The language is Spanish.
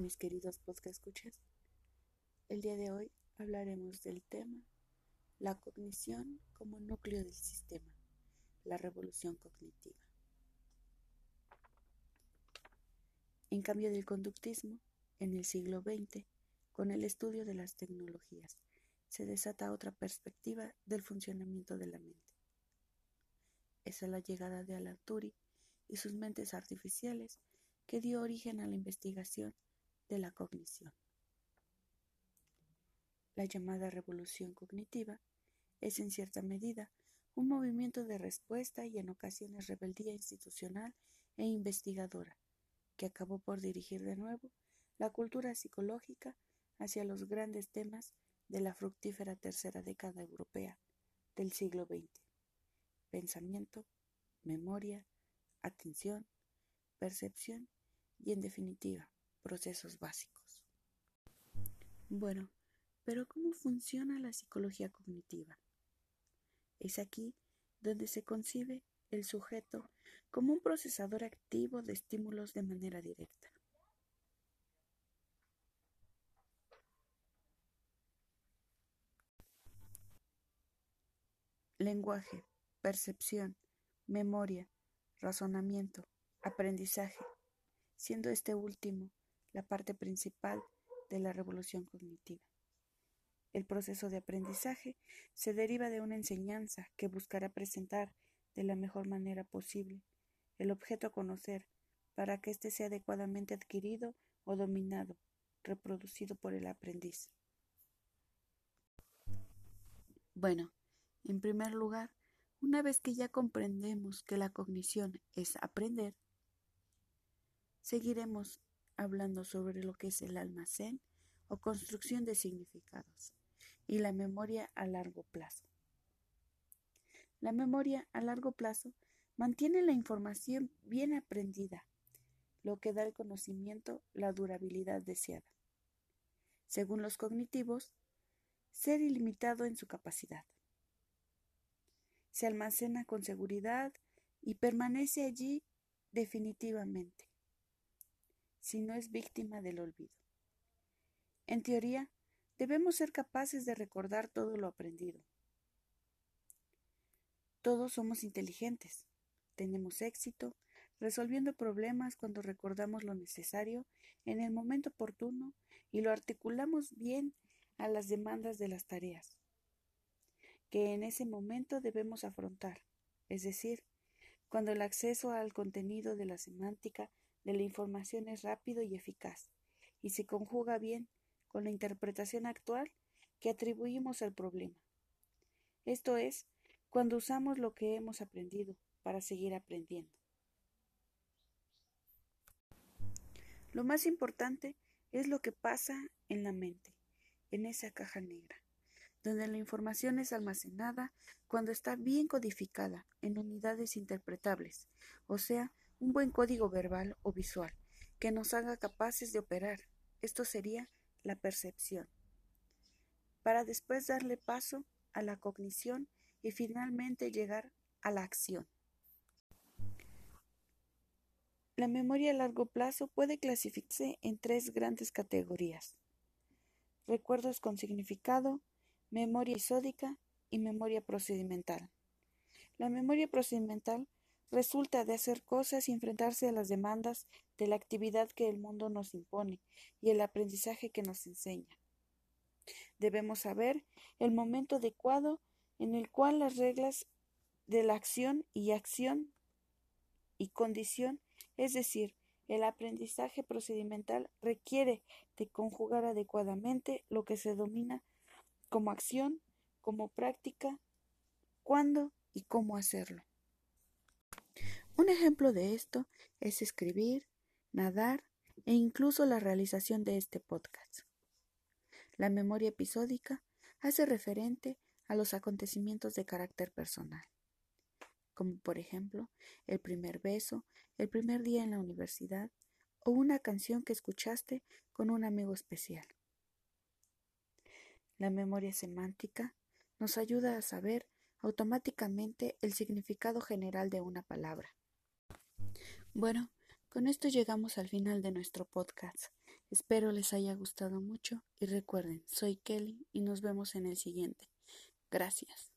mis queridos podcast escuchas. El día de hoy hablaremos del tema la cognición como núcleo del sistema, la revolución cognitiva. En cambio del conductismo, en el siglo XX, con el estudio de las tecnologías, se desata otra perspectiva del funcionamiento de la mente. Es la llegada de Alan Turing y sus mentes artificiales que dio origen a la investigación de la cognición. La llamada revolución cognitiva es en cierta medida un movimiento de respuesta y en ocasiones rebeldía institucional e investigadora que acabó por dirigir de nuevo la cultura psicológica hacia los grandes temas de la fructífera tercera década europea del siglo XX: pensamiento, memoria, atención, percepción y, en definitiva, procesos básicos. Bueno, pero ¿cómo funciona la psicología cognitiva? Es aquí donde se concibe el sujeto como un procesador activo de estímulos de manera directa. Lenguaje, percepción, memoria, razonamiento, aprendizaje, siendo este último la parte principal de la revolución cognitiva. El proceso de aprendizaje se deriva de una enseñanza que buscará presentar de la mejor manera posible el objeto a conocer para que éste sea adecuadamente adquirido o dominado, reproducido por el aprendiz. Bueno, en primer lugar, una vez que ya comprendemos que la cognición es aprender, seguiremos hablando sobre lo que es el almacén o construcción de significados y la memoria a largo plazo. La memoria a largo plazo mantiene la información bien aprendida, lo que da al conocimiento la durabilidad deseada. Según los cognitivos, ser ilimitado en su capacidad. Se almacena con seguridad y permanece allí definitivamente, si no es víctima del olvido. En teoría, debemos ser capaces de recordar todo lo aprendido. Todos somos inteligentes, tenemos éxito, resolviendo problemas cuando recordamos lo necesario en el momento oportuno y lo articulamos bien a las demandas de las tareas que en ese momento debemos afrontar, es decir, cuando el acceso al contenido de la semántica de la información es rápido y eficaz y se conjuga bien con la interpretación actual que atribuimos al problema. Esto es, cuando usamos lo que hemos aprendido para seguir aprendiendo. Lo más importante es lo que pasa en la mente, en esa caja negra, donde la información es almacenada cuando está bien codificada en unidades interpretables, o sea, un buen código verbal o visual, que nos haga capaces de operar. Esto sería la percepción, para después darle paso a la cognición y finalmente llegar a la acción. La memoria a largo plazo puede clasificarse en tres grandes categorías: recuerdos con significado, memoria episódica y memoria procedimental. La memoria procedimental resulta de hacer cosas y enfrentarse a las demandas de la actividad que el mundo nos impone y el aprendizaje que nos enseña. Debemos saber el momento adecuado en el cual las reglas de la acción y condición, es decir, el aprendizaje procedimental, requiere de conjugar adecuadamente lo que se domina como acción, como práctica, cuándo y cómo hacerlo. Un ejemplo de esto es escribir, nadar e incluso la realización de este podcast. La memoria episódica hace referente a los acontecimientos de carácter personal, como por ejemplo el primer beso, el primer día en la universidad o una canción que escuchaste con un amigo especial. La memoria semántica nos ayuda a saber automáticamente el significado general de una palabra. Bueno, con esto llegamos al final de nuestro podcast. Espero les haya gustado mucho y recuerden, soy Kelly y nos vemos en el siguiente. Gracias.